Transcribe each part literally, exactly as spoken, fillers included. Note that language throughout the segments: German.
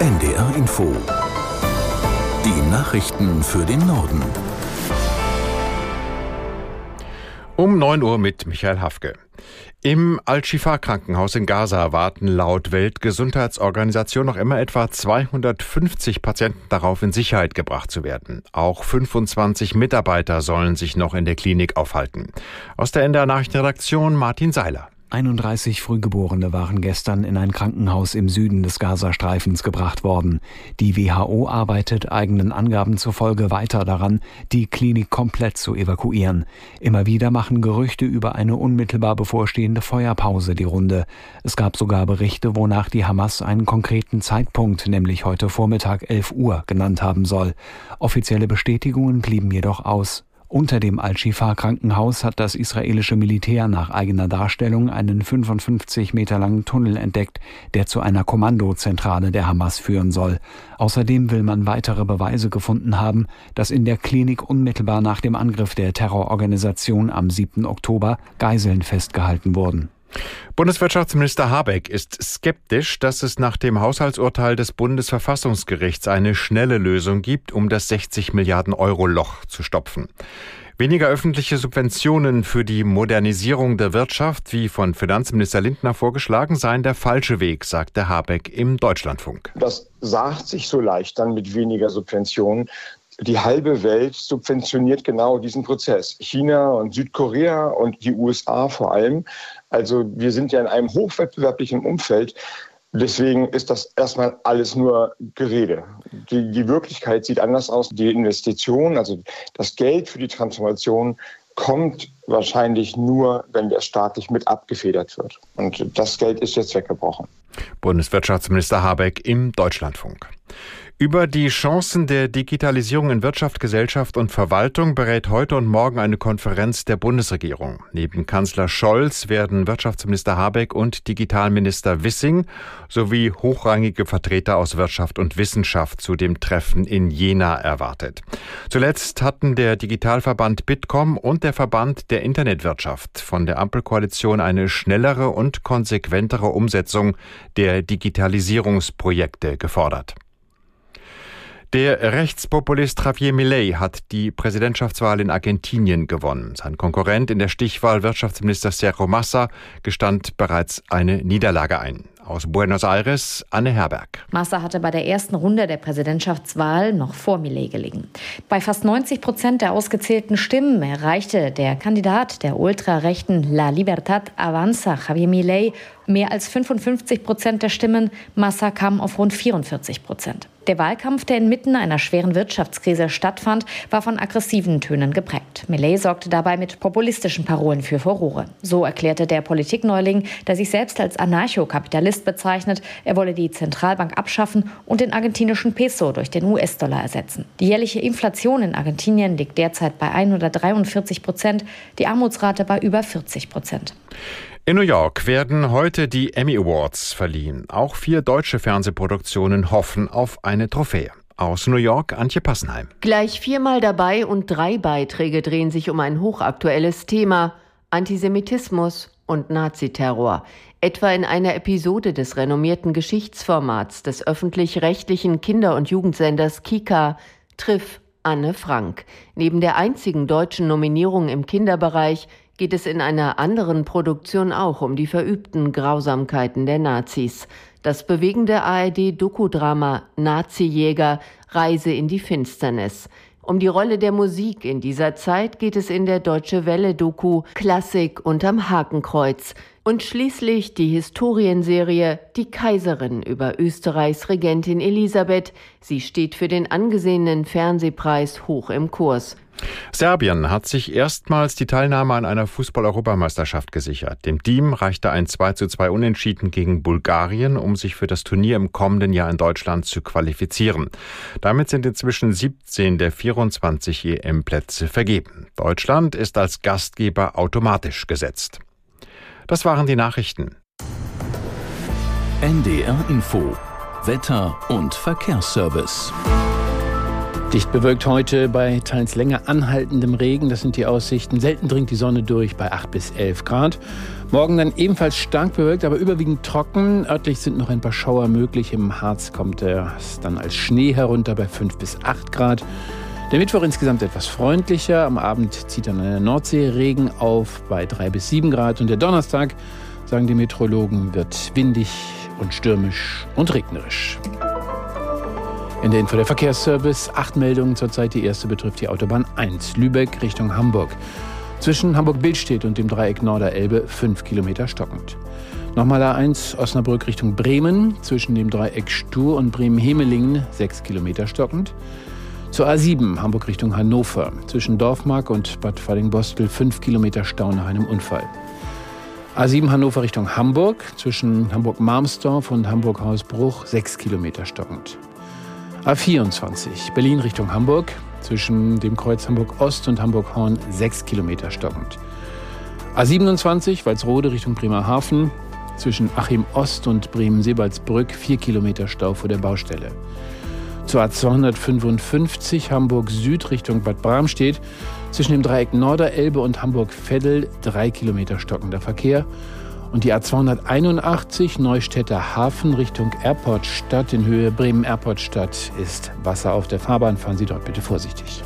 N D R Info. Die Nachrichten für den Norden. Um neun Uhr mit Michael Hafke. Im Al-Shifa-Krankenhaus in Gaza warten laut Weltgesundheitsorganisation noch immer etwa zweihundertfünfzig Patienten darauf, in Sicherheit gebracht zu werden. Auch fünfundzwanzig Mitarbeiter sollen sich noch in der Klinik aufhalten. Aus der N D R-Nachrichtenredaktion Martin Seiler. einunddreißig Frühgeborene waren gestern in ein Krankenhaus im Süden des Gazastreifens gebracht worden. Die W H O arbeitet eigenen Angaben zufolge weiter daran, die Klinik komplett zu evakuieren. Immer wieder machen Gerüchte über eine unmittelbar bevorstehende Feuerpause die Runde. Es gab sogar Berichte, wonach die Hamas einen konkreten Zeitpunkt, nämlich heute Vormittag elf Uhr, genannt haben soll. Offizielle Bestätigungen blieben jedoch aus. Unter dem Al-Shifa-Krankenhaus hat das israelische Militär nach eigener Darstellung einen fünfundfünfzig Meter langen Tunnel entdeckt, der zu einer Kommandozentrale der Hamas führen soll. Außerdem will man weitere Beweise gefunden haben, dass in der Klinik unmittelbar nach dem Angriff der Terrororganisation am siebten Oktober Geiseln festgehalten wurden. Bundeswirtschaftsminister Habeck ist skeptisch, dass es nach dem Haushaltsurteil des Bundesverfassungsgerichts eine schnelle Lösung gibt, um das sechzig Milliarden Euro Loch zu stopfen. Weniger öffentliche Subventionen für die Modernisierung der Wirtschaft, wie von Finanzminister Lindner vorgeschlagen, seien der falsche Weg, sagte Habeck im Deutschlandfunk. Das sagt sich so leicht dann mit weniger Subventionen. Die halbe Welt subventioniert genau diesen Prozess. China und Südkorea und die U S A vor allem. Also wir sind ja in einem hochwettbewerblichen Umfeld. Deswegen ist das erstmal alles nur Gerede. Die, die Wirklichkeit sieht anders aus. Die Investition, also das Geld für die Transformation, kommt wahrscheinlich nur, wenn der staatlich mit abgefedert wird. Und das Geld ist jetzt weggebrochen. Bundeswirtschaftsminister Habeck im Deutschlandfunk. Über die Chancen der Digitalisierung in Wirtschaft, Gesellschaft und Verwaltung berät heute und morgen eine Konferenz der Bundesregierung. Neben Kanzler Scholz werden Wirtschaftsminister Habeck und Digitalminister Wissing sowie hochrangige Vertreter aus Wirtschaft und Wissenschaft zu dem Treffen in Jena erwartet. Zuletzt hatten der Digitalverband Bitkom und der Verband der Internetwirtschaft von der Ampelkoalition eine schnellere und konsequentere Umsetzung der Digitalisierungsprojekte gefordert. Der Rechtspopulist Javier Milei hat die Präsidentschaftswahl in Argentinien gewonnen. Sein Konkurrent in der Stichwahl, Wirtschaftsminister Sergio Massa, gestand bereits eine Niederlage ein. Aus Buenos Aires, Anne Herberg. Massa hatte bei der ersten Runde der Präsidentschaftswahl noch vor Milei gelegen. Bei fast neunzig Prozent der ausgezählten Stimmen erreichte der Kandidat der ultrarechten La Libertad Avanza, Javier Milei, mehr als fünfundfünfzig Prozent der Stimmen. Massa kam auf rund vierundvierzig Prozent. Der Wahlkampf, der inmitten einer schweren Wirtschaftskrise stattfand, war von aggressiven Tönen geprägt. Milei sorgte dabei mit populistischen Parolen für Furore. So erklärte der Politikneuling, der sich selbst als Anarchokapitalist bezeichnet, er wolle die Zentralbank abschaffen und den argentinischen Peso durch den U S-Dollar ersetzen. Die jährliche Inflation in Argentinien liegt derzeit bei hundertdreiundvierzig Prozent, die Armutsrate bei über vierzig Prozent. In New York werden heute die Emmy Awards verliehen. Auch vier deutsche Fernsehproduktionen hoffen auf eine Trophäe. Aus New York, Antje Passenheim. Gleich viermal dabei und drei Beiträge drehen sich um ein hochaktuelles Thema: Antisemitismus und Naziterror. Etwa in einer Episode des renommierten Geschichtsformats des öffentlich-rechtlichen Kinder- und Jugendsenders Kika, Triff Anne Frank. Neben der einzigen deutschen Nominierung im Kinderbereich geht es in einer anderen Produktion auch um die verübten Grausamkeiten der Nazis. Das bewegende A R D-Dokudrama Nazi-Jäger, Reise in die Finsternis. Um die Rolle der Musik in dieser Zeit geht es in der Deutsche-Welle-Doku Klassik unterm Hakenkreuz. Und schließlich die Historienserie Die Kaiserin über Österreichs Regentin Elisabeth. Sie steht für den angesehenen Fernsehpreis hoch im Kurs. Serbien hat sich erstmals die Teilnahme an einer Fußball-Europameisterschaft gesichert. Dem Team reichte ein zwei zu zwei Unentschieden gegen Bulgarien, um sich für das Turnier im kommenden Jahr in Deutschland zu qualifizieren. Damit sind inzwischen siebzehn der vierundzwanzig E M-Plätze vergeben. Deutschland ist als Gastgeber automatisch gesetzt. Das waren die Nachrichten. N D R Info. Wetter und Verkehrsservice. Dicht bewölkt heute bei teils länger anhaltendem Regen. Das sind die Aussichten. Selten dringt die Sonne durch bei acht bis elf Grad. Morgen dann ebenfalls stark bewölkt, aber überwiegend trocken. Örtlich sind noch ein paar Schauer möglich. Im Harz kommt es dann als Schnee herunter bei fünf bis acht Grad. Der Mittwoch insgesamt etwas freundlicher. Am Abend zieht dann an der Nordsee Regen auf bei drei bis sieben Grad. Und der Donnerstag, sagen die Meteorologen, wird windig und stürmisch und regnerisch. In der Info der Verkehrsservice. Acht Meldungen zurzeit. Die erste betrifft die Autobahn eins, Lübeck Richtung Hamburg. Zwischen Hamburg-Billstedt und dem Dreieck Norderelbe fünf Kilometer stockend. Nochmal A eins, Osnabrück Richtung Bremen. Zwischen dem Dreieck Stur und Bremen-Hemelingen sechs Kilometer stockend. Zur A sieben, Hamburg Richtung Hannover. Zwischen Dorfmark und Bad Fallingbostel fünf Kilometer Stau nach einem Unfall. A sieben Hannover Richtung Hamburg. Zwischen Hamburg-Marmsdorf und Hamburg-Hausbruch sechs Kilometer stockend. A vierundzwanzig, Berlin Richtung Hamburg. Zwischen dem Kreuz Hamburg-Ost und Hamburg-Horn sechs Kilometer stockend. A siebenundzwanzig, Walsrode Richtung Bremerhaven. Zwischen Achim-Ost und Bremen-Sebaldsbrück vier Kilometer Stau vor der Baustelle. Zur A zweihundertfünfundfünfzig, Hamburg-Süd Richtung Bad Bramstedt. Zwischen dem Dreieck Norderelbe und Hamburg-Veddel drei Kilometer stockender Verkehr. Und die A zweihunderteinundachtzig, Neustädter Hafen Richtung Airportstadt in Höhe Bremen-Airportstadt ist Wasser auf der Fahrbahn. Fahren Sie dort bitte vorsichtig.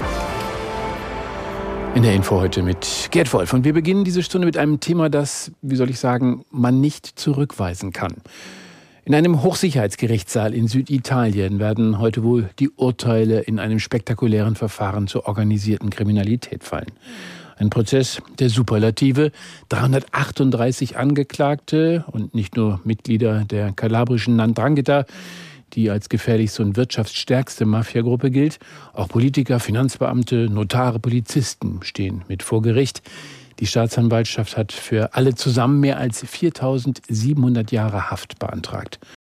In der Info heute mit Gerd Wolf. Und wir beginnen diese Stunde mit einem Thema, das, wie soll ich sagen, man nicht zurückweisen kann. In einem Hochsicherheitsgerichtssaal in Süditalien werden heute wohl die Urteile in einem spektakulären Verfahren zur organisierten Kriminalität fallen. Ein Prozess der Superlative. dreihundertachtunddreißig Angeklagte und nicht nur Mitglieder der kalabrischen Ndrangheta, die als gefährlichste und wirtschaftsstärkste Mafiagruppe gilt. Auch Politiker, Finanzbeamte, Notare, Polizisten stehen mit vor Gericht. Die Staatsanwaltschaft hat für alle zusammen mehr als viertausendsiebenhundert Jahre Haft beantragt.